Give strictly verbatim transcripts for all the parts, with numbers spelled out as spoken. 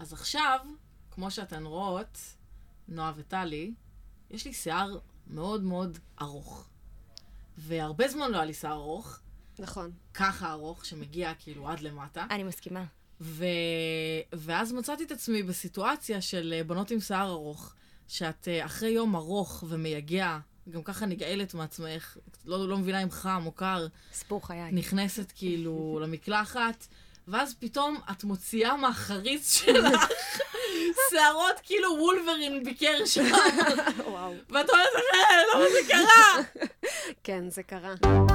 אז עכשיו, כמו שאתן רואות, נועה וטלי, יש לי שיער מאוד מאוד ארוך. והרבה זמן לא היה לי שיער ארוך. נכון. ככה ארוך, שמגיע כאילו עד למטה. אני מסכימה. ו... ואז מצאתי את עצמי בסיטואציה של בנות עם שיער ארוך, שאת אחרי יום ארוך ומייגע, גם ככה נגאלת מעצמך, לא, לא מבינה אם חם או קר. ספור חיי. נכנסת כאילו למקלחת, ואז פתאום את מוציאה מהחריץ שלך שערות כאילו וולברין ביקר שם. וואו. ואת אומרת, למה זה קרה? כן, זה קרה.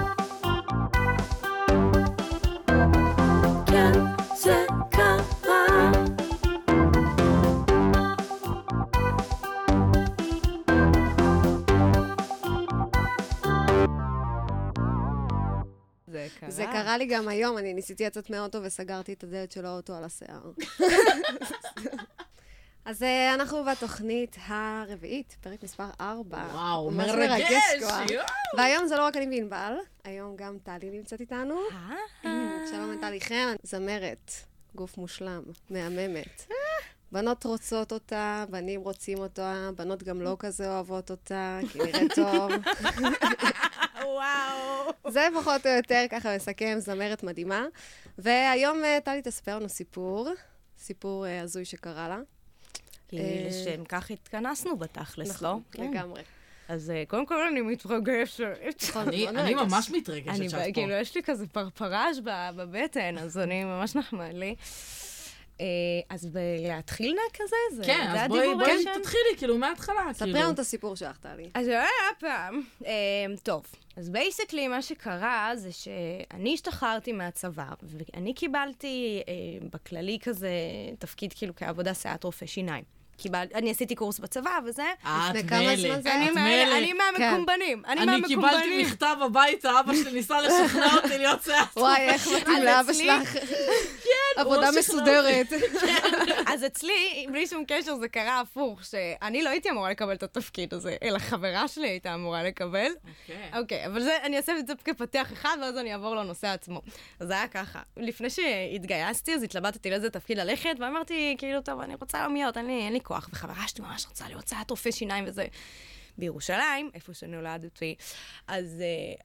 כן, זה קרה. זה קרה. זה קרה לי גם היום, אני ניסיתי לצאת מהאוטו וסגרתי את הדלת של האוטו על השיער. אז אנחנו בתוכנית הרביעית, פרק מספר ארבע. וואו, ממש מרגש, כבר. יואו. והיום זה לא רק אני וענבל, היום גם טלי נמצאת איתנו. אה. שלום טלי חן, זמרת, גוף מושלם, מהממת. בנות רוצות אותה, בנים רוצים אותה, בנות גם לא כזה אוהבות אותה, כי נראית טוב. וואו. זה פחות או יותר ככה מסכם, זמרת מדהימה. והיום טלי תספר לנו סיפור, סיפור הזוי שקרה לה. כי לשם כך התכנסנו בתכלס, לא? לגמרי. אז קודם כל אני מתרגשת. אני ממש מתרגשת שאת פה. כאילו, יש לי כזה פרפרש בבטן, אז אני ממש נחמד לי. אז להתחיל נה כזה? כן, אז בואי תתחילי, כאילו, מההתחלה. ספרי לנו את הסיפור שלך, טלי. אז היה פעם. טוב, אז בייסיקלי מה שקרה זה שאני השתחררתי מהצבא, ואני קיבלתי בכללי כזה תפקיד כאילו כעבודה סייעת רופא שיניים. אני עשיתי קורס בצבא וזה. את מלא, את מלא. אני מהמקומבנים. אני קיבלתי מכתב הביתה, אבא שלי ניסה לשכנע אותי להיות סייעת. וואי, איך מתאים לאבא שלך. עבודה מסודרת. אז אצלי, בלי שום קשר, זה קרה הפוך, שאני לא הייתי אמורה לקבל את התפקיד הזה, אלא חברה שלי הייתה אמורה לקבל. אוקיי, אבל אני אעשה את זה כפתח אחד, ואז אני אעבור לנושא עצמו. אז זה היה ככה. לפני שהתגייסתי, אז התלבטתי לאיזה תפקיד ללכת, ואמרתי, כאילו, טוב, אני רוצה יומיות, אין לי כוח, וחברה שלי ממש רוצה להיות סייעת רופא שיניים וזה. בירושלים, איפה שנולדתי, אז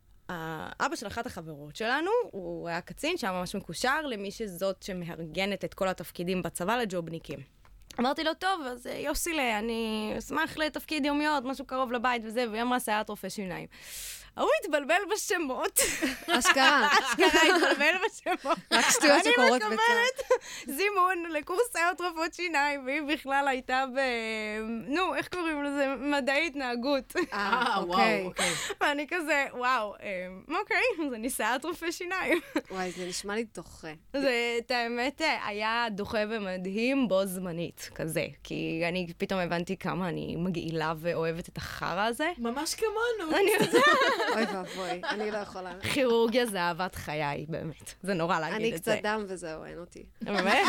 האבא של אחת החברות שלנו, הוא היה קצין שהיה ממש מקושר למי שזאת שמארגנת את כל התפקידים בצבא לג'ובניקים. אמרתי לו, טוב, אז יוסילה, אני אשמח לתפקיד יומיות, משהו קרוב לבית וזה, והיא אמרה סייעת רופא שיניים. הוא התבלבל בשמות. אשכרה. אשכרה, התבלבל בשמות. רק שטויות שקורות בצד. אני מקבלת זימון לקורס סייעות רופאות שיניים, והיא בכלל הייתה ב... נו, איך קוראים לזה? מדעי התנהגות. אה, וואו, אוקיי. ואני כזה, וואו, אוקיי, אז אני סייעת רופא שיניים. וואי, זה נשמע לי דוחה. זה, את האמת, היה דוחה ומדהים בו זמנית, כזה. כי אני פתאום הבנתי כמה אני מגעילה ואוהבת את החרא הזה. ממש כמונו. אני יודעת. אוי ואבוי, אני לא יכולה. כירורגיה זה אהבת חיי, באמת. זה נורא להגיד את זה. אני קצת דם וזהו, אין אותי. באמת?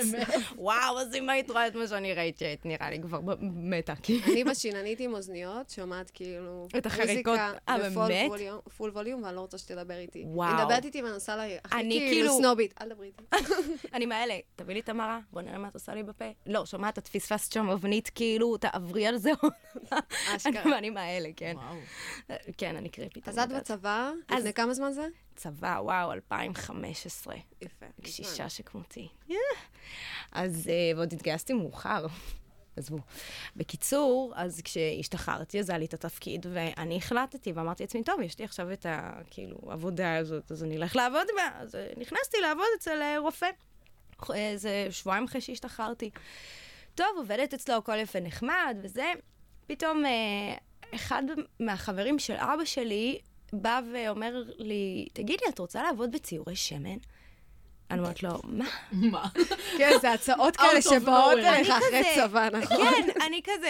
וואו, אז אם היית רואה את מה שאני ראית, שהיית נראה לי כבר מתה. אני בשיננית עם אוזניות, שומעת כאילו... את החריקות. אה, באמת? בפול ווליום, ואני לא רוצה שתדבר איתי. וואו. היא מדברת איתי ואני עושה לה הכי אני כאילו סנובית. אל דברי איתי. אני מאלה, תביא לי את המרה, בוא נראה מה את עושה לי בפה. לא, שומעת, את פספסת שם אבנית, כאילו, תעברי על זה. אשכרה. אני מאלה, כן. כן, אני קריפית. אז את בצבא, לפני כמה זמן זה? צבא, וואו, אלפיים וחמש עשרה. יפה. קשישה שכמותי. אז, ועוד התגייסתי מאוחר. עזבו. בקיצור, אז כשהשתחררתי, אז היה לי את התפקיד, ואני החלטתי, ואמרתי לעצמי, טוב, יש לי עכשיו את ה, כאילו, עבודה הזאת, אז אני אלך לעבוד בה. אז נכנסתי לעבוד אצל רופא. איזה שבועיים אחרי שהשתחררתי. טוב, עובדת אצלו, הכל יפה נחמד, וזה. פתאום, אחד מהחברים של אבא שלי בא ואומר לי, תגידי, את רוצה לעבוד בציורי שמן? אני אומרת לו, מה? מה? כן, זה הצעות כאלה שבאות אליך אחרי צבא, נכון? כן, אני כזה,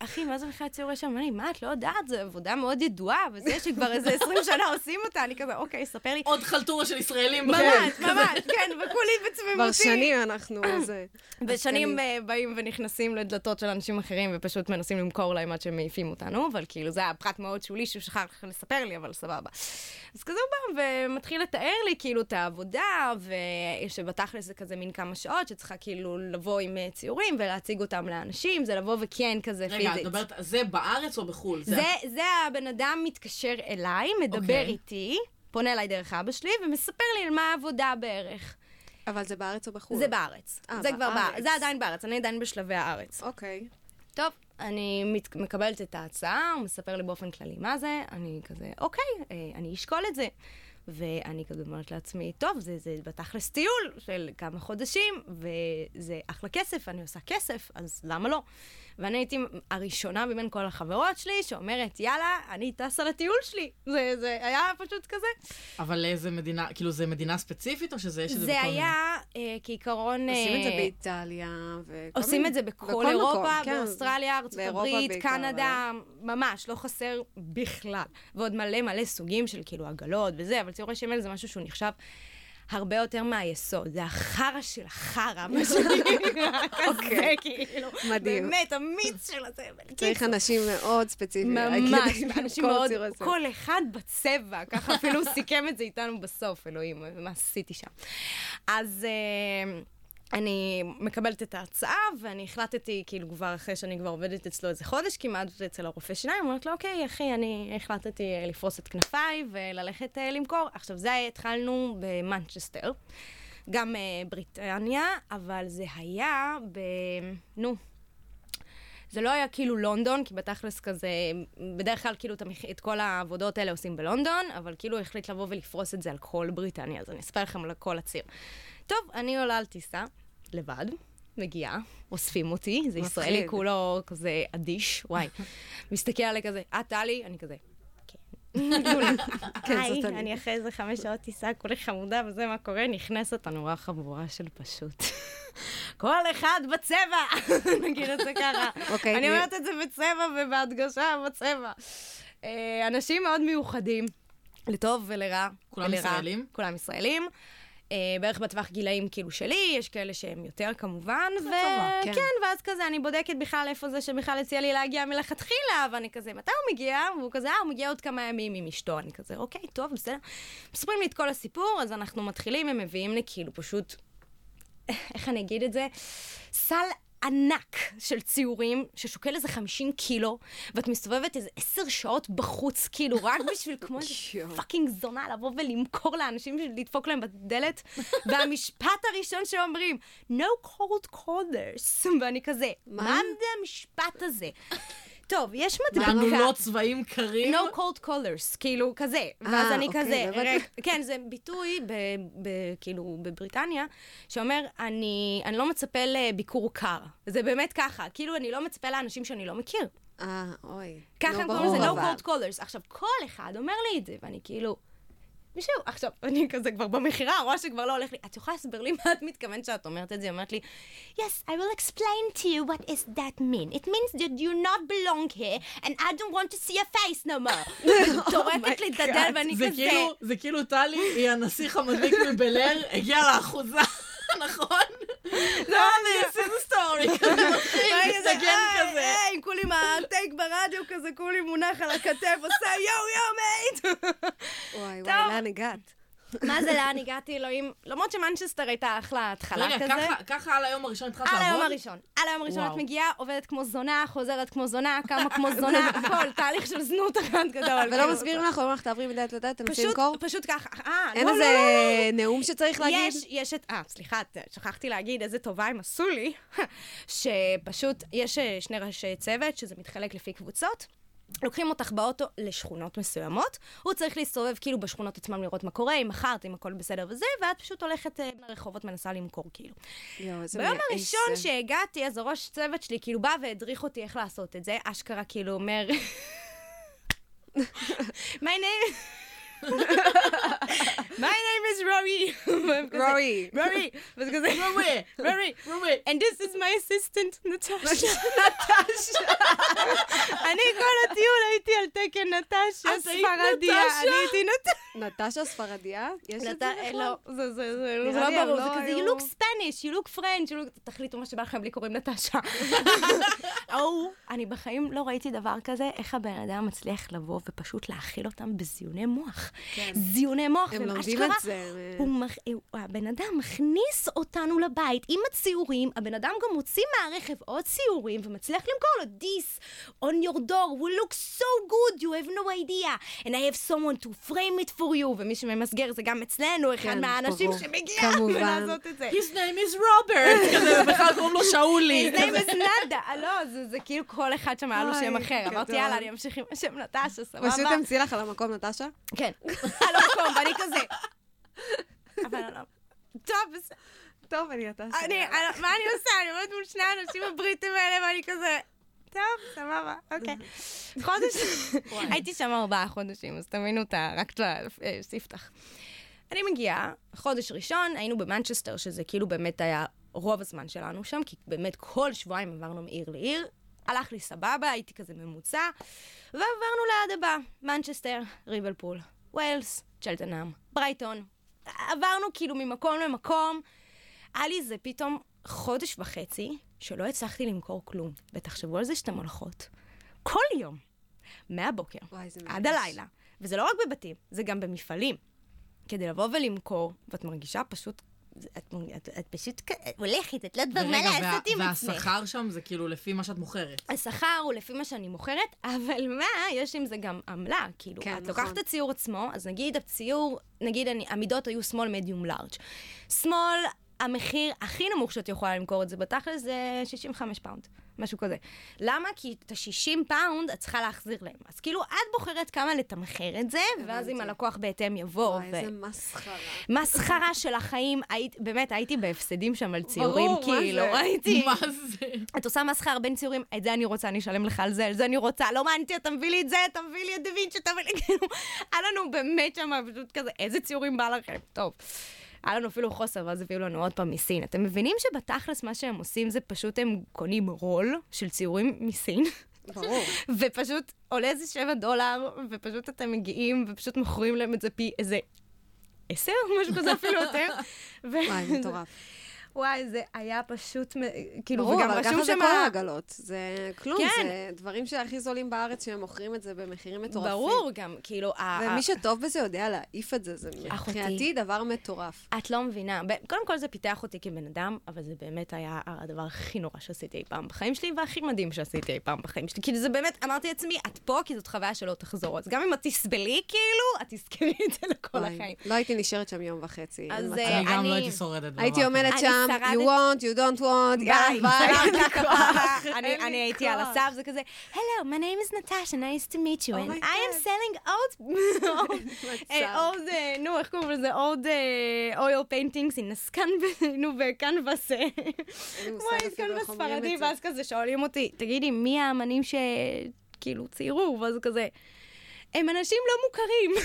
אחי, מה זה בכלל ציורי שם? אני, מה, את לא יודעת, זו עבודה מאוד ידועה, וזה שכבר איזה עשרים שנה עושים אותה, אני כזה, אוקיי, ספר לי. עוד חלטורה של ישראלים. ממש, ממש, כן, וכולי בצמימותי. כבר שנים אנחנו זה. ושנים באים ונכנסים לדלתות של אנשים אחרים, ופשוט מנסים למכור להם עד שהם מעיפים אותנו, אבל כאילו, זה היה פרט מאוד שולי שהוא שכח לספר לי, אבל סבבה. אז כזה הוא בא ומתחיל לתאר לי כאילו את העבודה, ושבתכלס זה כזה מין כמה שעות, שצריכה כאילו לבוא עם ציורים ולהציג אותם לאנשים, זה לבוא וכן כזה פיזית. רגע, את מדברת, זה בארץ או בחול? זה, זה הבן אדם מתקשר אליי, מדבר איתי, פונה אליי דרך אבא שלי, ומספר לי על מה העבודה בערך. אבל זה בארץ או בחול? זה בארץ. זה כבר בארץ. זה עדיין בארץ, אני עדיין בשלבי הארץ. אוקיי. טוב, אני מקבלת את ההצעה, הוא מספר לי באופן כללי מה זה, אני כזה, אוקיי, אני אשקול את זה. ואני כזה אומרת לעצמי, טוב, זה, זה בתכלס טיול של כמה חודשים, וזה אחלה כסף, אני עושה כסף, אז למה לא? ואני הייתי הראשונה מבין כל החברות שלי, שאומרת, יאללה, אני טסה לטיול שלי. זה, זה היה פשוט כזה. אבל איזה מדינה, כאילו, זה מדינה ספציפית, או שזה יש את זה בכל מיני? זה היה, אה, כעיקרון... עושים את זה באיטליה, וכל עושים מיני... את זה בכל אירופה, מקום, כן. באוסטרליה, ארצות הברית, בעיקר, קנדה, אבל... ממש, לא חסר בכלל. ועוד מלא מלא סוגים של כאילו עגלות וזה, אבל ציורי שמל זה משהו שהוא נחשב הרבה יותר מהיסוד. זה החרא של החרא, מה שנראה כזה, כאילו. מדהים. באמת, המיץ של הזה. צריך אנשים מאוד ספציפיים. ממש, אנשים מאוד, כל אחד בצבע, ככה אפילו הוא סיכם את זה איתנו בסוף, אלוהים, מה עשיתי שם. אז... אני מקבלת את ההרצאה, ואני החלטתי, כאילו כבר אחרי שאני כבר עובדת אצלו איזה חודש כמעט, אצל הרופא שיניים, אומרת לו, אוקיי, אחי, אני החלטתי לפרוס את כנפיי וללכת למכור. עכשיו, זה התחלנו במנצ'סטר, גם בריטניה, אבל זה היה ב... נו... זה לא היה כאילו לונדון, כי בתכלס כזה, בדרך כלל כאילו את כל העבודות האלה עושים בלונדון, אבל כאילו החליט לבוא ולפרוס את זה על כל בריטניה, אז אני אספר לכם על כל הציר. טוב, אני עולה על טיסה, לבד, מגיעה, אוספים אותי, זה ישראלי כולו כזה אדיש, וואי. מסתכל עלי כזה, אה, טלי? אני כזה, כן. היי, אני אחרי איזה חמש שעות טיסה, כולי חמודה, וזה מה קורה, נכנסת הנורא חבורה של פשוט. כל אחד בצבע! נגיד את זה ככה. אני אומרת את זה בצבע ובהדגשה בצבע. אנשים מאוד מיוחדים, לטוב ולרע. כולם ישראלים? כולם ישראלים. בערך בטווח גילאים כאילו שלי, יש כאלה שהם יותר כמובן, וכן, ואז כזה אני בודקת בכלל איפה זה שבכלל הציע לי להגיע מלכתחילה, ואני כזה, מתי הוא מגיע? והוא כזה, אה, הוא מגיע עוד כמה ימים עם אשתו, אני כזה, אוקיי, טוב, בסדר. מספרים לי את כל הסיפור, אז אנחנו מתחילים, הם מביאים לי כאילו פשוט, איך אני אגיד את זה? סל ענק של ציורים, ששוקל איזה חמישים קילו, ואת מסתובבת איזה עשר שעות בחוץ, כאילו, רק בשביל כמו איזה פאקינג זונה, לבוא ולמכור לאנשים, לדפוק להם בדלת, והמשפט הראשון שאומרים, no cold callers, ואני כזה, מה זה המשפט הזה? טוב, יש מדבקה. מענולות צבעים קרים. No cold colors, כאילו, כזה. ואז אני כזה, כן, זה ביטוי, כאילו, בבריטניה, שאומר, אני לא מצפה לביקור קר. זה באמת ככה. כאילו, אני לא מצפה לאנשים שאני לא מכיר. אה, אוי. ככה הם קוראים לזה, no cold colors. עכשיו, כל אחד אומר לי את זה, ואני כאילו... מישהו, עכשיו, אני כזה כבר במחירה, רואה שכבר לא הולך לי, את יכולה להסבר לי מה את מתכוונת שאת אומרת את זה? היא אומרת לי, yes, I will explain to you what is that mean. It means that you not belong here, and I don't want to see your face no more. תורקת לי את הדל, ואני כזה... זה כאילו טלי, היא הנסיך המדליק מבלר, הגיעה לאחוזה, נכון? לא, אני עושה את הסטורי, כזה מתחיל, מסתגן כזה. עם כולי מהטייק ברדיו כזה, כולי מונח על הכתף, עושה יו יו מייט. וואי וואי, לאן הגעת? מה זה לאן הגעתי, אלוהים? למרות שמנצ'סטר הייתה אחלה התחלה כזה. רגע, ככה על היום הראשון התחלת לעבוד? על היום הראשון. על היום הראשון את מגיעה, עובדת כמו זונה, חוזרת כמו זונה, קמה כמו זונה, הכל, תהליך של זנות אחד גדול. ולא מסבירים לך, אומרים לך, תעברי מדעת לדעת, תנסי למכור? פשוט ככה. אין איזה נאום שצריך להגיד? יש, יש את, אה, סליחה, שכחתי להגיד איזה טובה הם עשו לי, שפשוט יש שני ראשי צוות, שזה מתחלק לפי קבוצות. לוקחים אותך באוטו לשכונות מסוימות, הוא צריך להסתובב כאילו בשכונות עצמם לראות מה קורה, אם מחרת, אם הכל בסדר וזה, ואת פשוט הולכת לרחובות, מנסה למכור כאילו. ביום הראשון שהגעתי, אז הראש צוות שלי כאילו בא והדריך אותי איך לעשות את זה, אשכרה כאילו אומר, my name... My name is Rory. רורי. Rory. וזה כזה, Rory. Rory. Rory. And this is my assistant, נטשה. נטשה. אני כל הטיול הייתי על תקן נטשה, את היית ספרדיה. נטשה? אני הייתי נטשה. נטשה ספרדיה? יש את זה נט- בכלל? לא, זה זה- זה נראה לא לי הם ברור, לא זה כזה, היו- you look Spanish, you look French, you look- תחליטו מה שבא לכם, בלי קוראים נטשה. או, אני בחיים לא ראיתי דבר כזה, איך הבן אדם מצליח לבוא ופשוט להאכיל אותם בזיוני מוח. זיוני מוח, הם ומה לומדים שקרה, את זה. הוא מח- הוא- הבן אדם מכניס אותנו לבית עם הציורים, הבן אדם גם מוציא מהרכב עוד ציורים, ומצליח למכור לו, this on your door will look so good, you have no idea, and I have someone to frame it for you, ומי שממסגר זה גם אצלנו, אחד כן, מהאנשים ברור. שמגיע כמובן. ולעשות את זה. His name is Robert. כזה, בכלל קוראים לו שאולי. His name is נדה. לא, זה זה כאילו כל אחד שם היה לו שם אוי, אחר. אמרתי, גדול. יאללה, אני אמשיך עם השם נטשה, סבבה? פשוט המציא לך על המקום, נטשה? כן, על המקום, ואני כזה. אבל אני לא... טוב, בסדר. טוב, אני נטשה. אני, אני- מה אני עושה? אני עומדת מול שני האנשים הבריטים האלה, ואני כזה... טוב, סבבה, אוקיי. חודש... הייתי שם ארבעה חודשים, אז תבינו אותה, רק ספתח. אני מגיעה, חודש ראשון, היינו במנצ'סטר, שזה כאילו באמת היה רוב הזמן שלנו שם, כי באמת כל שבועיים עברנו מעיר לעיר. הלך לי סבבה, הייתי כזה ממוצע, ועברנו ליד הבא, מנצ'סטר, ריבלפול, ווילס, צ'לטנאם, ברייטון. עברנו כאילו ממקום למקום. היה לי זה פתאום חודש וחצי שלא הצלחתי למכור כלום. ותחשבו על זה שאתם הולכות כל יום, מהבוקר וואי, זה עד מרגש. הלילה. וזה לא רק בבתים, זה גם במפעלים. כדי לבוא ולמכור, ואת מרגישה פשוט, את, את, את פשוט כ- הולכת, את לא יודעת מה ורגע, לעשות עם וה- עצמך. והשכר שם זה כאילו לפי מה שאת מוכרת. השכר הוא לפי מה שאני מוכרת, אבל מה, יש עם זה גם עמלה, כאילו, כן, את נכון. לוקחת את הציור עצמו, אז נגיד הציור, נגיד אני, המידות היו small, medium, large. small, המחיר הכי נמוך שאת יכולה למכור את זה בתכל'ס זה שישים וחמישה פאונד, משהו כזה. למה? כי את ה-שישים פאונד את צריכה להחזיר להם. אז כאילו, את בוחרת כמה לתמחר את זה, ואז אם הלקוח בהתאם יבוא. וואי, ו- איזה מסחרה. מסחרה של החיים, היית, באמת הייתי בהפסדים שם על ציורים, ברור, מה כאילו, זה? ראיתי. מה זה? את עושה מסחר בין ציורים, את זה אני רוצה, אני אשלם לך על זה, על זה אני רוצה, לא מעניין אותי, אתה מביא לי את זה, אתה מביא לי את דווינצ'י, תביא לי, כאילו, היה לנו באמת שם פשוט כזה, איזה ציורים בא לכם? טוב. היה לנו אפילו חוסר, ואז הביאו לנו עוד פעם מסין. אתם מבינים שבתכלס מה שהם עושים זה פשוט הם קונים רול של ציורים מסין, ברור. ופשוט עולה איזה שבע דולר, ופשוט אתם מגיעים, ופשוט מוכרים להם את זה פי איזה עשר, משהו כזה אפילו יותר. וואי, מטורף. וואי, זה היה פשוט, מ- כאילו, ברור, וגם אבל רשום ככה זה שם... כל העגלות. זה כלום, כן. זה דברים שהכי זולים בארץ, שהם מוכרים את זה במחירים מטורפים. ברור, גם, כאילו... ה- ה- ומי שטוב בזה יודע להעיף את זה, זה אחותי. מבחינתי דבר מטורף. את לא מבינה. ב- קודם כל זה פיתח אותי כבן אדם, אבל זה באמת היה הדבר הכי נורא שעשיתי אי פעם בחיים שלי, והכי מדהים שעשיתי אי פעם בחיים שלי. כאילו זה באמת, אמרתי לעצמי, את פה כי זאת חוויה שלא תחזור. אז גם אם את תסבלי, כאילו, את תזכרי את זה לכל וואי, החיים. לא הייתי נשארת שם יום וחצי. אז, אין מצב. אה, אני גם אני- לא הייתי שורדת. הייתי דבר עומדת אני שם, שרדת- you want, you don't want, יאללה, ביי. ככה. אני- אין לי אני הייתי על כוח. הסף, זה כזה, Hello, my name is Natasha, nice to meet you, Oh and my I am God. selling old, אה, old, אה, נו, איך קוראים לזה? old אה, oil paintings in a scan, נו, בקנבס, אה, אין לי מושג וואי, אפילו קנבס איך אומרים ספרדי, את זה. ואז כזה שואלים אותי, תגידי, מי האמנים שכאילו ציירו? ואז כזה, הם אנשים לא מוכרים.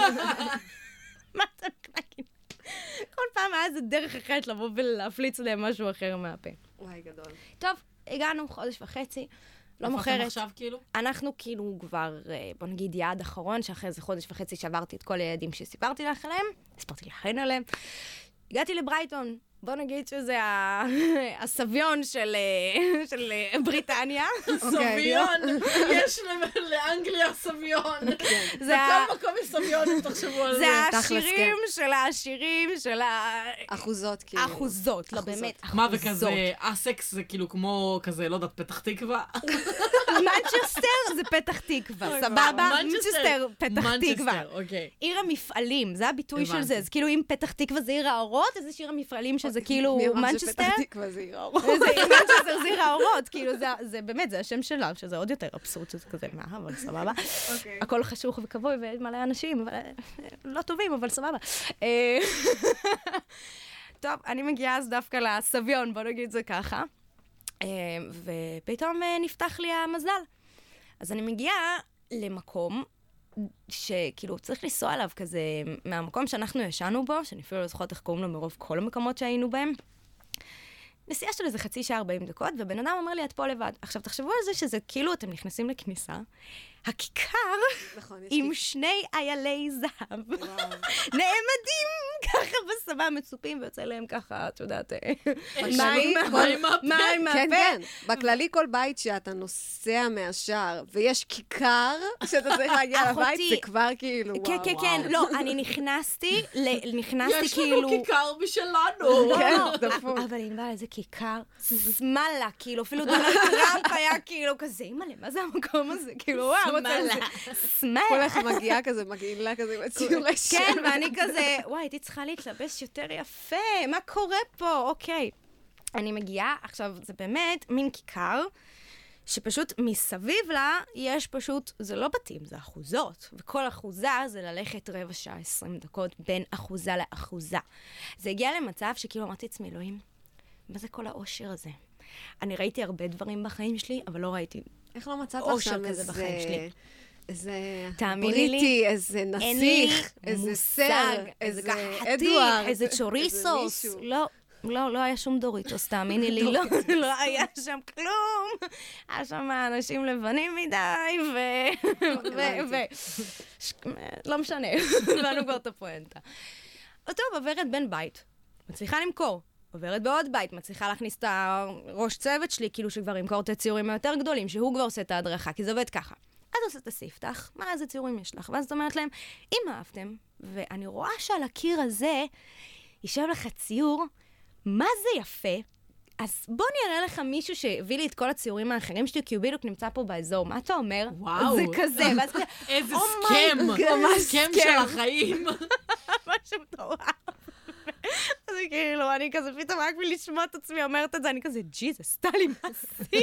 מה אתה להגיד? כל פעם היה איזה דרך אחרת לבוא ולהפליץ להם משהו אחר מהפה. וואי, גדול. טוב, הגענו חודש וחצי, לא איפה אתם מוכרת. עכשיו כאילו? אנחנו כאילו כבר, אה, בוא נגיד, יעד אחרון, שאחרי איזה חודש וחצי שעברתי את כל הילדים שסיפרתי לך עליהם, סיפרתי לכן עליהם. הגעתי לברייטון, בוא נגיד שזה ה- הסביון של אה, של אה, בריטניה. סביון! יש ל- לאנגליה סביון. זה ה- בכל מקום יש סביון, תחשבו על זה. זה תכלס, העשירים של העשירים של אחוזות, כאילו. האחוזות, לא אחוזות. באמת, אחוזות. מה, וכזה, אסקס זה כאילו כמו כזה, לא יודעת, פתח תקווה? מנצ'סטר זה פתח תקווה, סבבה? מנצ'סטר, פתח תקווה. מנצ'סטר, אוקיי. עיר המפעלים, זה הביטוי של הבנתי. זה. אז כאילו אם פתח תקווה זה עיר האורות, אז יש עיר המפעלים שזה כאילו מי אמר מנצ'סטר. שפתח תקווה זה עיר האורות? וזה- מנצ'סטר זה עיר האורות, כאילו זה- זה באמת, זה השם שלה, שזה עוד יותר אבסורד, שזה כזה, מה, אבל סבבה. אוקיי. הכל חשוך וכבוי ויש מלא אנשים, אבל אה, לא טובים, אבל סבבה. אה, טוב, אני מגיעה אז דווקא לסביון, בוא נגיד זה ככה. אה, ופתאום אה, נפתח לי המזל. אז אני מגיעה למקום שכאילו צריך לנסוע עליו כזה, מהמקום שאנחנו ישנו בו, שאני אפילו לא זוכרת איך קוראים לו מרוב כל המקומות שהיינו בהם, נסיעה של איזה חצי שעה ארבעים דקות, ובן אדם אומר לי, את פה לבד. עכשיו, תחשבו על זה שזה כאילו אתם נכנסים לכניסה, הכיכר נכון, עם שני איילי זהב, נעמדים ככה בסמה, מצופים, ויוצא להם ככה, את יודעת, מים מהפה. כן, כן. בכללי כל בית שאתה נוסע מהשער, ויש כיכר שאתה צריך להגיע לבית, זה כבר כאילו, וואו. כן, כן, כן. לא, אני נכנסתי, נכנסתי כאילו... יש לנו כיכר בשלנו. כן, דפוק. אבל אני באה איזה כיכר, שמאלה, כאילו, אפילו דונלד טראמפ היה כאילו כזה, אימא'לה, מה זה המקום הזה? כאילו, וואו, רוצה לזה. שמאלה. כל איך מגיעה כזה, מגעילה כזה, בציורי שם. כן, ואני כזה, וואי, הייתי צריכה להתלבש יותר יפה, מה קורה פה? אוקיי. אני מגיעה, עכשיו, זה באמת מין כיכר, שפשוט מסביב לה יש פשוט, זה לא בתים, זה אחוזות. וכל אחוזה זה ללכת רבע שעה, עשרים דקות, בין אחוזה לאחוזה. זה הגיע למצב שכאילו אמרתי לעצמי, אלוהים, מה זה כל האושר הזה? אני ראיתי הרבה דברים בחיים שלי, אבל לא ראיתי איך לא מצאת אושר כזה בחיים שלי. איזה בריטי, איזה נסיך, איזה סר, איזה אדוארד, איזה צ'וריסוס. לא, לא, לא היה שום דוריטוס, תאמיני לי, לא, לא היה שם כלום. היה שם אנשים לבנים מדי, ו... לא משנה, לנו כבר את הפואנטה. טוב, עוברת בין בית, מצליחה למכור. עוברת בעוד בית, מצליחה להכניס את הראש צוות שלי, כאילו שכבר ימכור את הציורים היותר גדולים, שהוא כבר עושה את ההדרכה, כי זה עובד ככה. אז עושה את הספתח, מה איזה ציורים יש לך? ואז את אומרת להם, אם אהבתם, ואני רואה שעל הקיר הזה יישב לך ציור, מה זה יפה? אז בוא אני אראה לך מישהו שהביא לי את כל הציורים האחרים שלי, כי הוא בדיוק נמצא פה באזור. מה אתה אומר? וואו. זה כזה. ואז כזה, איזה סכם. ממש סכם של החיים. משהו מטורף. אז כאילו, אני כזה פתאום רק מלשמוע את עצמי אומרת את זה, אני כזה, ג'יזוס, סטלי, מה עשית?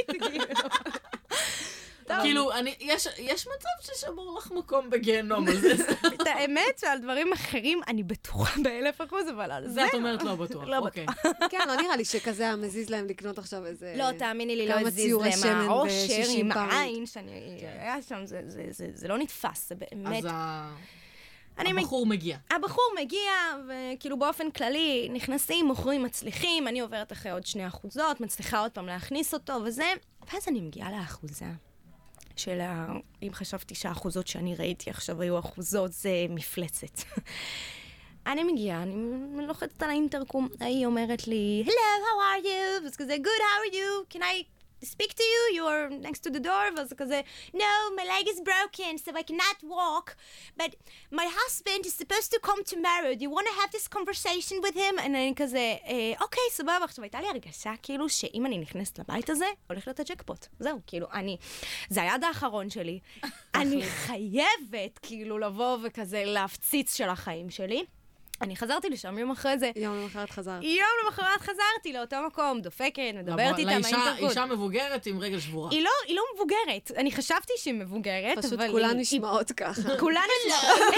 כאילו, יש מצב ששמור לך מקום בגיהנום על זה. את האמת שעל דברים אחרים אני בטוחה באלף אחוז, אבל על זה... זה את אומרת לא בטוח, אוקיי. כן, לא נראה לי שכזה היה מזיז להם לקנות עכשיו איזה... לא, תאמיני לי, לא הזיז להם העושר עם העין שאני... היה שם, זה לא נתפס, זה באמת... אז הבחור מגיע. הבחור מגיע, וכאילו באופן כללי נכנסים, מוכרים, מצליחים, אני עוברת אחרי עוד שני אחוזות, מצליחה עוד פעם להכניס אותו וזה, ואז אני מגיעה לאחוזה. של ה... אם חשבתי שהאחוזות שאני ראיתי עכשיו היו אחוזות, זה מפלצת. אני מגיעה, אני לוחצת על האינטרקום, היא אומרת לי, Hello, how are you? וזה כזה, Good, how are you? Can I speak to you? You're next to the door? וזה כזה, No, my leg is broken, so I cannot walk. But my husband is supposed to come tomorrow. Do you want to have this conversation with him? אני כזה, אוקיי, סבבה. עכשיו, הייתה לי הרגשה כאילו שאם אני נכנסת לבית הזה, הולך להיות הג'קפוט. זהו, כאילו, אני... זה היעד האחרון שלי. אני חייבת כאילו לבוא וכזה להפציץ של החיים שלי. אני חזרתי לשם יום אחרי זה. יום למחרת חזרת. יום למחרת חזרתי לאותו מקום, דופקת, מדברת איתה מהאינטרקות. לאישה מבוגרת עם רגל שבורה. היא לא, היא לא מבוגרת. אני חשבתי שהיא מבוגרת, פשוט כולן נשמעות ככה. כולן נשמעות.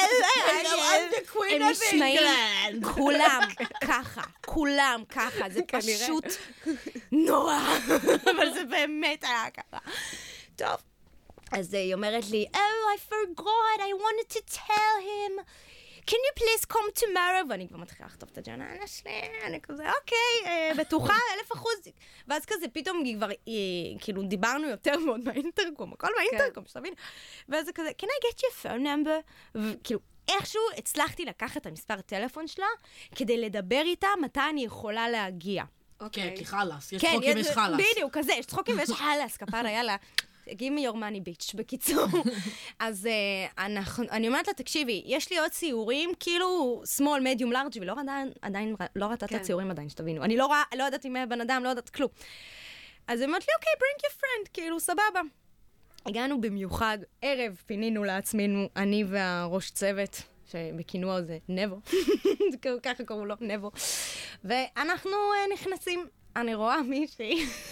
הם נשמעים, כולם ככה, כולם ככה. זה פשוט נורא. אבל זה באמת היה ככה. טוב. אז היא אומרת לי, Oh, I forgot, I wanted to tell him. Can you please come tomorrow? ואני כבר מתחילה לכתוב את הג'אנה שלי, אני כזה, אוקיי, בטוחה, אלף אחוז. ואז כזה פתאום כבר, כאילו, דיברנו יותר מאוד באינטרקום, הכל באינטרקום, שתבין. ואז זה כזה, can I get your phone number? וכאילו, איכשהו הצלחתי לקחת את המספר הטלפון שלה, כדי לדבר איתה מתי אני יכולה להגיע. כן, כי חלס, יש צחוקים, יש חלס. בדיוק, כזה, יש צחוקים ויש חלס, כפרה, יאללה. give me your money bitch, בקיצור. אז uh, אנחנו, אני אומרת לה, תקשיבי, יש לי עוד ציורים, כאילו small, medium, large, ולא עדיין, עדיין, לא ראתה את הציורים עדיין, שתבינו. אני לא רואה, לא יודעת אם בן אדם, לא יודעת כלום. אז היא אומרת לי, אוקיי, bring your friend, כאילו, סבבה. הגענו במיוחד, ערב פינינו לעצמנו, אני והראש צוות, שבכינוע זה נבו, ככה קראו לו, נבו. ואנחנו uh, נכנסים, אני רואה מישהי,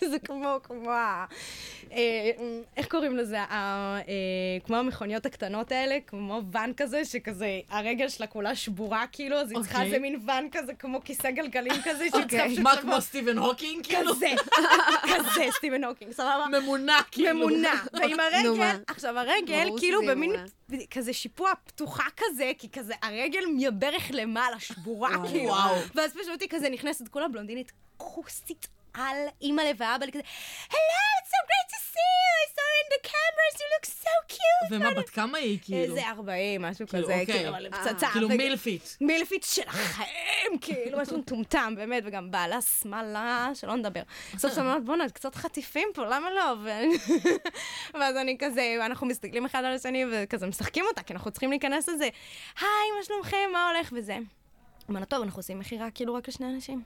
זה כמו, כמו ה... איך קוראים לזה? כמו המכוניות הקטנות האלה, כמו ואן כזה, שכזה, הרגל שלה כולה שבורה, כאילו, אז היא צריכה איזה מין ואן כזה, כמו כיסא גלגלים כזה, שהיא צריכה פשוט... מה, כמו סטיבן הוקינג, כאילו? כזה, כזה, סטיבן הוקינג, סבבה? ממונה, כאילו. ממונה. ועם הרגל, עכשיו הרגל, כאילו, במין כזה שיפוע פתוחה כזה, כי כזה, הרגל מברך למעלה, שבורה, כאילו. ואז פשוט היא כזה נכנסת כולה בלונדינית, כוסית על אימא ואבא, כזה, hello, it's so great to see you, I saw you in the cameras, you look so cute. ומה, בת כמה היא, כאילו? איזה ארבעים, משהו כזה, כאילו, אבל פצצה. כאילו מילפית. מילפית של החיים, כאילו, משהו מטומטם, באמת, וגם בעלה שמאלה, שלא נדבר. סוף סוף, בואו נעד, קצת חטיפים פה, למה לא? ואז אני כזה, אנחנו מסתכלים אחד על השני, וכזה משחקים אותה, כי אנחנו צריכים להיכנס לזה, היי, מה שלומכם, מה הולך וזה. אמרנו, טוב, אנחנו עושים מחירה כאילו רק לשני אנשים.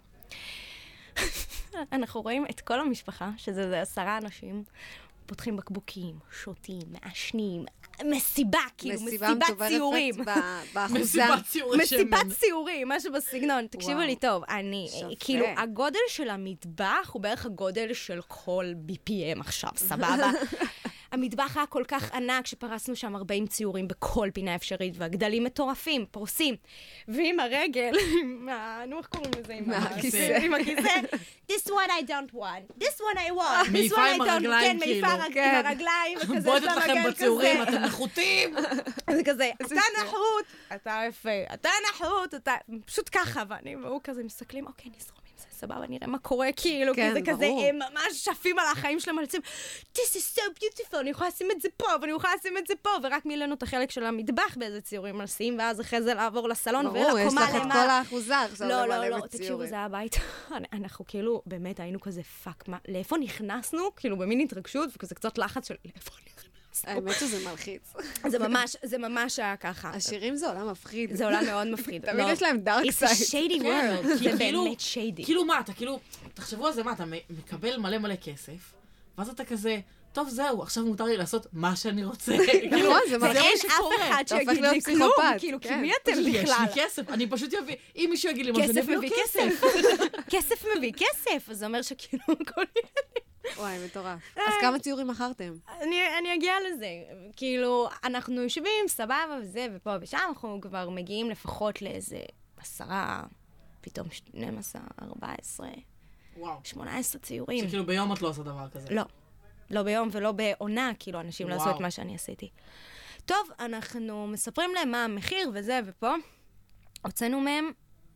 אנחנו רואים את כל המשפחה, שזה זה עשרה אנשים, פותחים בקבוקים, שותים, מעשנים, מסיבה, כאילו, מסיבת ציורים. מסיבת ציורי שמן. מסיבת ציורים, משהו בסגנון. תקשיבו לי טוב, אני, כאילו, הגודל של המטבח הוא בערך הגודל של כל בי פי אם עכשיו, סבבה? המטבח היה כל כך ענק שפרסנו שם ארבעים ציורים בכל פינה אפשרית, והגדלים מטורפים, פורסים. ועם הרגל, נו, איך קוראים לזה? עם הכיסא. עם הכיסא. This one I don't want. This one I want. מעיפה עם הרגליים, כאילו. כן, עם הרגליים, וכזה, בועטת לכם בציורים, אתם נחותים. זה כזה, אתה נחות, אתה יפה, אתה נחות, אתה... פשוט ככה, ואני והוא כזה מסתכלים, אוקיי, נזרום. סבבה, נראה מה קורה, כאילו, כי זה כזה, הם ממש שפים על החיים שלהם, על this is so beautiful, אני יכולה לשים את זה פה, ואני יכולה לשים את זה פה, ורק מילאנו את החלק של המטבח באיזה ציורים לשים, ואז אחרי זה לעבור לסלון, ולקומה למעלה. ברור, יש לך את כל האחוזה, עכשיו לא, לא, לא, תקשיבו, זה היה הבית. אנחנו כאילו, באמת, היינו כזה פאק, מה, לאיפה נכנסנו? כאילו, במין התרגשות, וכזה קצת לחץ של לאיפה נכנסנו? האמת שזה מלחיץ. זה ממש, זה ממש היה ככה. השירים זה עולם מפחיד. זה עולם מאוד מפחיד. תמיד יש להם דארק סייד. It's a shady world. זה באמת shady. כאילו מה, אתה כאילו, תחשבו על זה, מה, אתה מקבל מלא מלא כסף, ואז אתה כזה, טוב זהו, עכשיו מותר לי לעשות מה שאני רוצה. נכון, זה מלחיץ. ואין אף אחד שיגיד לי כלום, כאילו, כי מי אתם בכלל? יש לי כסף, אני פשוט אביא, אם מישהו יגיד לי מה שאני אביא לו כסף. כסף מביא כסף, אז זה אומר שכאילו, כל וואי, מטורף. אז כמה ציורים מכרתם? אני אגיע לזה. כאילו, אנחנו יושבים, סבבה וזה, ופה ושם, אנחנו כבר מגיעים לפחות לאיזה עשרה, פתאום שתים עשרה, ארבע עשרה, שמונה עשרה ציורים. שכאילו ביום את לא עושה דבר כזה. לא. לא ביום ולא בעונה, כאילו, אנשים לא עשו את מה שאני עשיתי. טוב, אנחנו מספרים להם מה המחיר וזה, ופה הוצאנו מהם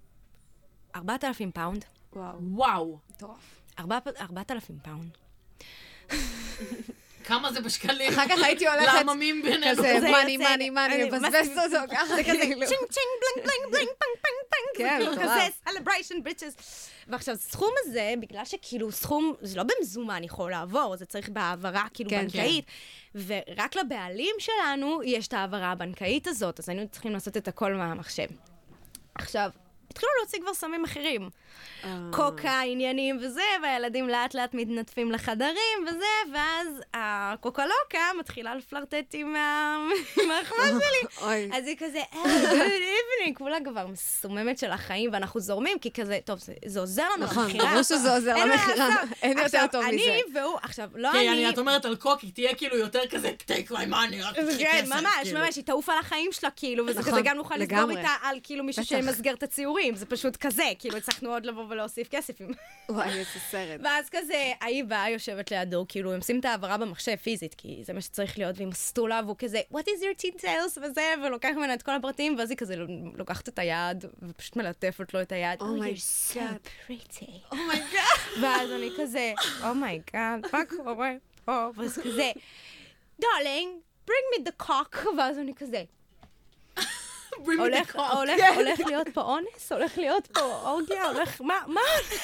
ארבעת אלפים פאונד. וואו. וואו. מטורף. ארבעת אלפים פאונד. כמה זה בשקלים? אחר כך הייתי הולכת... לעממים בינינו. כזה, מאני, מאני, מאני, מבזבזת אותו, ככה זה כזה, צ'ינג, צ'ינג, בלנג, בלנג, בלנג, פנג, פנג, פנג. כן, מטורף. כזה, סלבריישן, ביצ'ס. ועכשיו, הסכום הזה, בגלל שכאילו סכום, זה לא במזומן יכול לעבור, זה צריך בהעברה כאילו בנקאית, ורק לבעלים שלנו יש את העברה הבנקאית הזאת, אז היינו צריכים לעשות את הכל מהמחשב. עכשיו, התחילו להוציא כבר סמים אחרים. קוקה, עניינים וזה, והילדים לאט לאט מתנדפים לחדרים וזה, ואז הקוקה-לוקה מתחילה לפלרטט עם האחווה שלי. אז היא כזה, good evening, כולה כבר מסוממת של החיים, ואנחנו זורמים, כי כזה, טוב, זה עוזר לנו למחירה. נכון, ברור שזה עוזר למחירה. אין יותר טוב מזה. אני והוא, עכשיו, לא אני... את אומרת על קוקי, תהיה כאילו יותר כזה, take my money, רק תחי כן, כסף. ממש, ממש, היא תעוף על החיים שלה, כאילו, וזה כזה גם נוכל לסגור איתה על כאילו מישהו שמסגר את הציורים, זה פשוט כזה, כאילו, הצלחנו עוד לבוא ולהוסיף כסף. וואי, איזה סרט. ואז כזה, ההיא באה יושבת לידו, כאילו, הם עושים את העברה במחשב פיזית, כי זה מה שצריך להיות, והיא מסטולה, והוא כזה, what is your details, וזה, ולוקח ממנה את כל הפרטים, ואז היא כזה לוקחת את היד, ופשוט מלטפת לו את היד. Oh my God. Oh my God. ואז אני כזה, oh my God, מה קורה פה? ואז כזה, darling, bring me the cock, ואז אני כזה, הולך, הולך, הולך להיות פה אונס? הולך להיות פה אורגיה? הולך, מה, מה?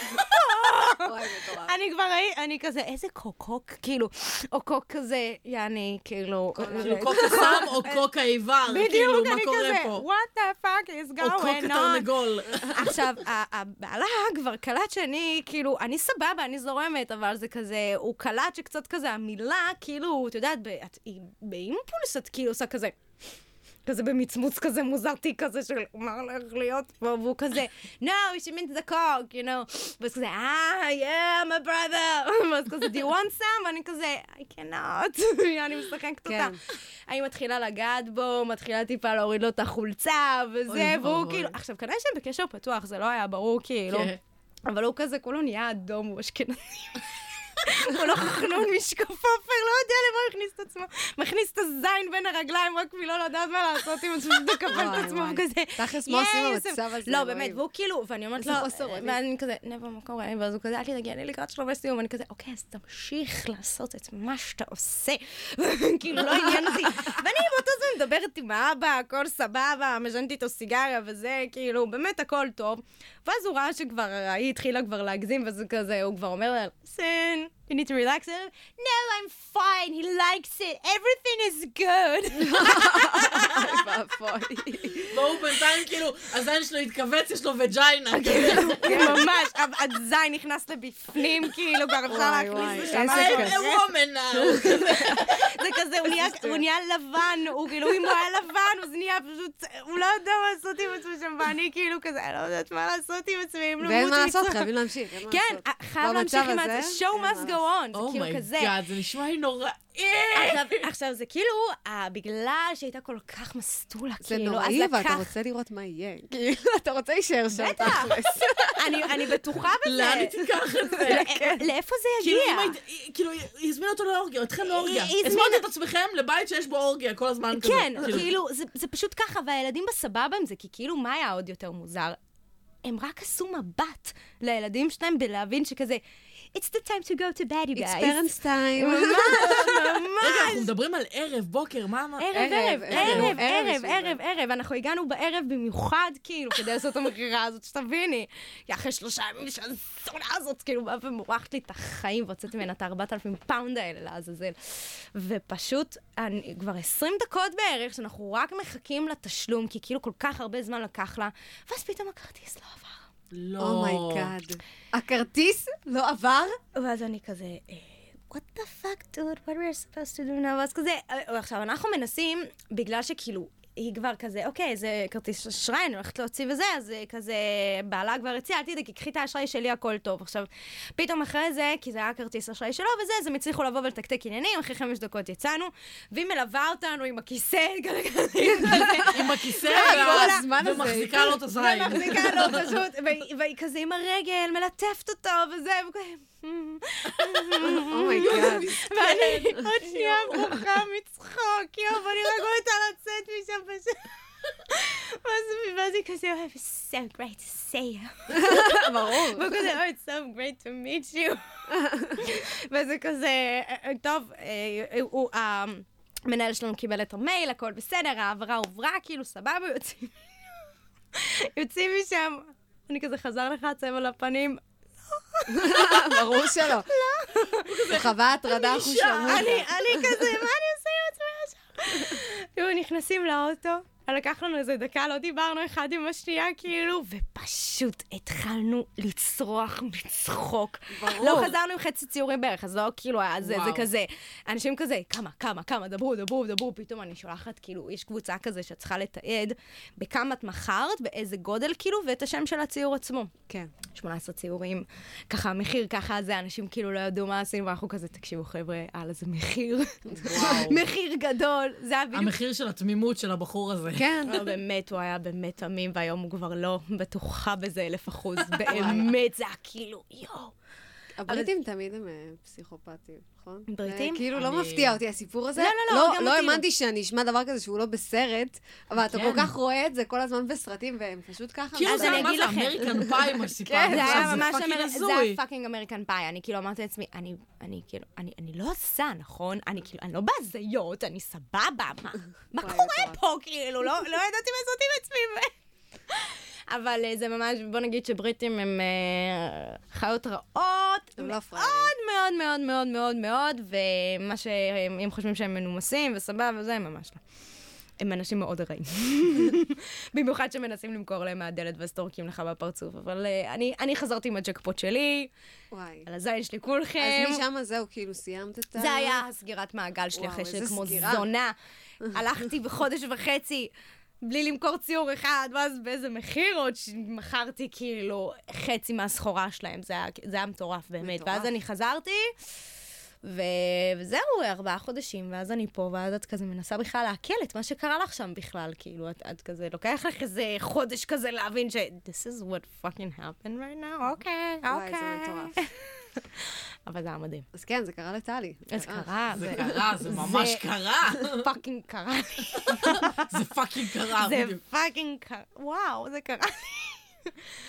אני כבר ראי, אני כזה, איזה קוקוק, כאילו, או קוק כזה, יעני, כאילו... קוק הסם או קוק האיבר, כאילו, מה קורה פה? בדיוק, what the fuck is going on? או קוק התרנגול. עכשיו, הבעלה כבר קלט שאני, כאילו, אני סבבה, אני זורמת, אבל זה כזה, הוא קלט שקצת כזה, המילה, כאילו, את יודעת, באימפולס, את כאילו עושה כזה... כזה במצמוץ כזה מוזרתי כזה של מה הולך להיות פה, והוא כזה, no, she means the cock, you know, ואז כזה, ah, yeah, my brother, ואז כזה, do you want some? ואני כזה, I cannot, אני משחקת אותה. אני מתחילה לגעת בו, מתחילה טיפה להוריד לו את החולצה, וזה, והוא כאילו, עכשיו, כנראה שהם בקשר פתוח, זה לא היה ברור, כאילו, אבל הוא כזה, כולו נהיה אדום, הוא אשכנזי. הוא לא חכנון משקפופר, לא יודע למה הוא הכניס את עצמו. מכניס את הזין בין הרגליים, רק מי לא לדעת מה לעשות, אם הוא פשוט מקפל את עצמו וכזה. תכלס, מה עושים במצב הזה? לא, באמת, והוא כאילו, ואני אומרת לו, ואני כזה, נבוא, מה קורה? ואז הוא כזה, אל תדאגי, אני לקראת שלו בסיום, ואני כזה, אוקיי, אז תמשיך לעשות את מה שאתה עושה. כאילו, לא עניין אותי. ואני באותו זמן מדברת עם האבא, הכל סבבה, משנתי איתו סיגריה וזה, כאילו, באמת הכל טוב. ואז הוא ראה שכבר, היא התחילה כבר להגזים, וזה כזה, הוא כבר אומר לה, סן, you need to relax it. No, I'm fine, he likes it, everything is good. והוא בינתיים כאילו, הזין שלו התכווץ, יש לו וג'יינה. ממש, הזין נכנס לבפנים, כאילו, כבר אפשר להכניס לשם. איזה וומן. זה כזה, הוא נהיה לבן, הוא כאילו, אם הוא היה לבן, הוא נהיה פשוט, הוא לא יודע מה לעשות עם עצמו שם, ואני כאילו כזה, אני לא יודעת מה לעשות עם עצמי, אם לא ואין מה לעשות, חייבים להמשיך. כן, חייב להמשיך עם זה, show must go on, זה כאילו כזה. אומייגאד, זה נשמע לי נורא. עכשיו, זה כאילו, בגלל שהייתה כל כך מסטולה, זה נוראי, ואתה רוצה לראות מה יהיה. כאילו, אתה רוצה להישאר שם תכלס. אני בטוחה בזה. לאן היא תיקח את זה? לאיפה זה יגיע? כאילו, יזמין אותו לאורגיה, אתכם לאורגיה. הזמין את עצמכם לבית שיש בו אורגיה כל הזמן כזה. כן, כאילו, זה פשוט ככה, והילדים בסבבה עם זה, כי כאילו, מה היה עוד יותר מוזר? הם רק עשו מבט לילדים שלהם בלהבין שכזה, It's the time to go to bed, you guys. It's parents time. ממש, ממש. רגע, אנחנו מדברים על ערב, בוקר, מה? ערב, ערב, ערב, ערב, ערב, ערב. אנחנו הגענו בערב במיוחד, כאילו, כדי לעשות את המכירה הזאת, שתביני. אחרי שלושה ימים שהזונה הזאת, כאילו, באה ומורחת לי את החיים, והוצאתי ממנה את ארבעת אלפים פאונד האלה לעזאזל. ופשוט, כבר עשרים דקות בערך, שאנחנו רק מחכים לתשלום, כי כאילו כל כך הרבה זמן לקח לה, ואז פתאום הכרטיס לא עבר. לא. אומייגאד. הכרטיס לא עבר? ואז אני כזה, what the fuck, dude, what are we supposed to do now? ואז כזה, עכשיו, אנחנו מנסים, בגלל שכאילו, היא כבר כזה, אוקיי, זה כרטיס אשראי, אני הולכת להוציא וזה, אז כזה, בעלה כבר הציעה, אל תדאגי, קחי את האשראי שלי, הכל טוב. עכשיו, פתאום אחרי זה, כי זה היה כרטיס אשראי שלו וזה, אז הם הצליחו לבוא ולתקתק עניינים, אחרי חמש דקות יצאנו, והיא מלווה אותנו עם הכיסא, עם הכיסא, ומחזיקה לו את הזין. ומחזיקה לו פשוט, והיא כזה עם הרגל, מלטפת אותו וזה, אומייגאד. ואני עוד שנייה ברוכה מצחוק, יום, ואני רק רוצה לצאת משם פשוט. ואז היא כזה, oh, it's so great to see you. ברור. והוא כזה, oh, it's so great to meet you. וזה כזה, טוב, המנהל שלנו קיבל את המייל, הכל בסדר, העברה עוברה, כאילו סבבה, יוצאים. יוצאים משם, אני כזה חזר לך צבע לפנים, ברור שלא. לא. חווה הטרדה חושמות. אני כזה, מה אני עושה עם עצמי עכשיו? תראו, נכנסים לאוטו, לקח לנו איזה דקה, לא דיברנו אחד עם השנייה, כאילו, ופשוט התחלנו לצרוח מצחוק. ברור. לא חזרנו עם חצי ציורים בערך, אז לא כאילו, זה כזה, אנשים כזה, כמה, כמה, כמה, דברו, דברו, דברו, פתאום אני שולחת, כאילו, יש קבוצה כזה שאת צריכה לתעד בכמה את מחרת, באיזה גודל, כאילו, ואת השם של הציור עצמו. כן. שמונה עשרה ציורים, ככה, מחיר, ככה, זה, אנשים כאילו לא ידעו מה עשינו, ואנחנו כזה, תקשיבו, חבר'ה, הלאה, זה מחיר. מחיר גדול. זה היה בדיוק... המחיר של התמימות של הבחור הזה. כן. באמת, הוא היה באמת תמים, והיום הוא כבר לא בטוחה בזה אלף אחוז. באמת, זה היה כאילו, יואו. הבריטים תמיד הם פסיכופטים, נכון? בריטים? כאילו לא מפתיע אותי הסיפור הזה. לא, לא, לא, גם אותי לא האמנתי שאני אשמע דבר כזה שהוא לא בסרט, אבל אתה כל כך רואה את זה כל הזמן בסרטים, והם פשוט ככה. כאילו זה מה זה אמריקן פאי, מה סיפרת. זה היה ממש, זה היה פאקינג אמריקן פאי. אני כאילו אמרתי לעצמי, אני כאילו, אני לא עושה, נכון? אני כאילו, אני לא בהזיות, אני סבבה, מה קורה פה, כאילו? לא ידעתי מה לעשות עם עצמי. אבל זה ממש, בוא נגיד שבריטים הם חיות רעות, מאוד מאוד מאוד מאוד מאוד מאוד, ומה שהם חושבים שהם מנומסים וסבבה וזה, ממש לא. הם אנשים מאוד רעים. במיוחד שמנסים למכור להם מהדלת וסטורקים לך בפרצוף. אבל uh, אני, אני חזרתי עם הג'קפוט שלי, וואי. על הזין שלי כולכם. אז משם זהו, כאילו סיימת את ה... זה היה הסגירת מעגל שלי, אחרי שכמו סגירה. זונה. הלכתי בחודש וחצי בלי למכור ציור אחד, ואז באיזה מחיר עוד שמכרתי כאילו חצי מהסחורה שלהם. זה היה, זה היה מטורף באמת. מטורף. ואז אני חזרתי, ו... וזהו, ארבעה חודשים, ואז אני פה, ואז את כזה מנסה בכלל להקל את מה שקרה לך שם בכלל, כאילו, את, את כזה, לוקח לך איזה חודש כזה להבין ש... This is what fucking happened right now, אוקיי, וואי, אוקיי. זה מטורף. אבל זה היה מדהים. אז כן, זה קרה לטלי. אז קרה. זה קרה, זה ממש קרה. פאקינג קרה. זה פאקינג קרה. זה פאקינג קרה. וואו, זה קרה.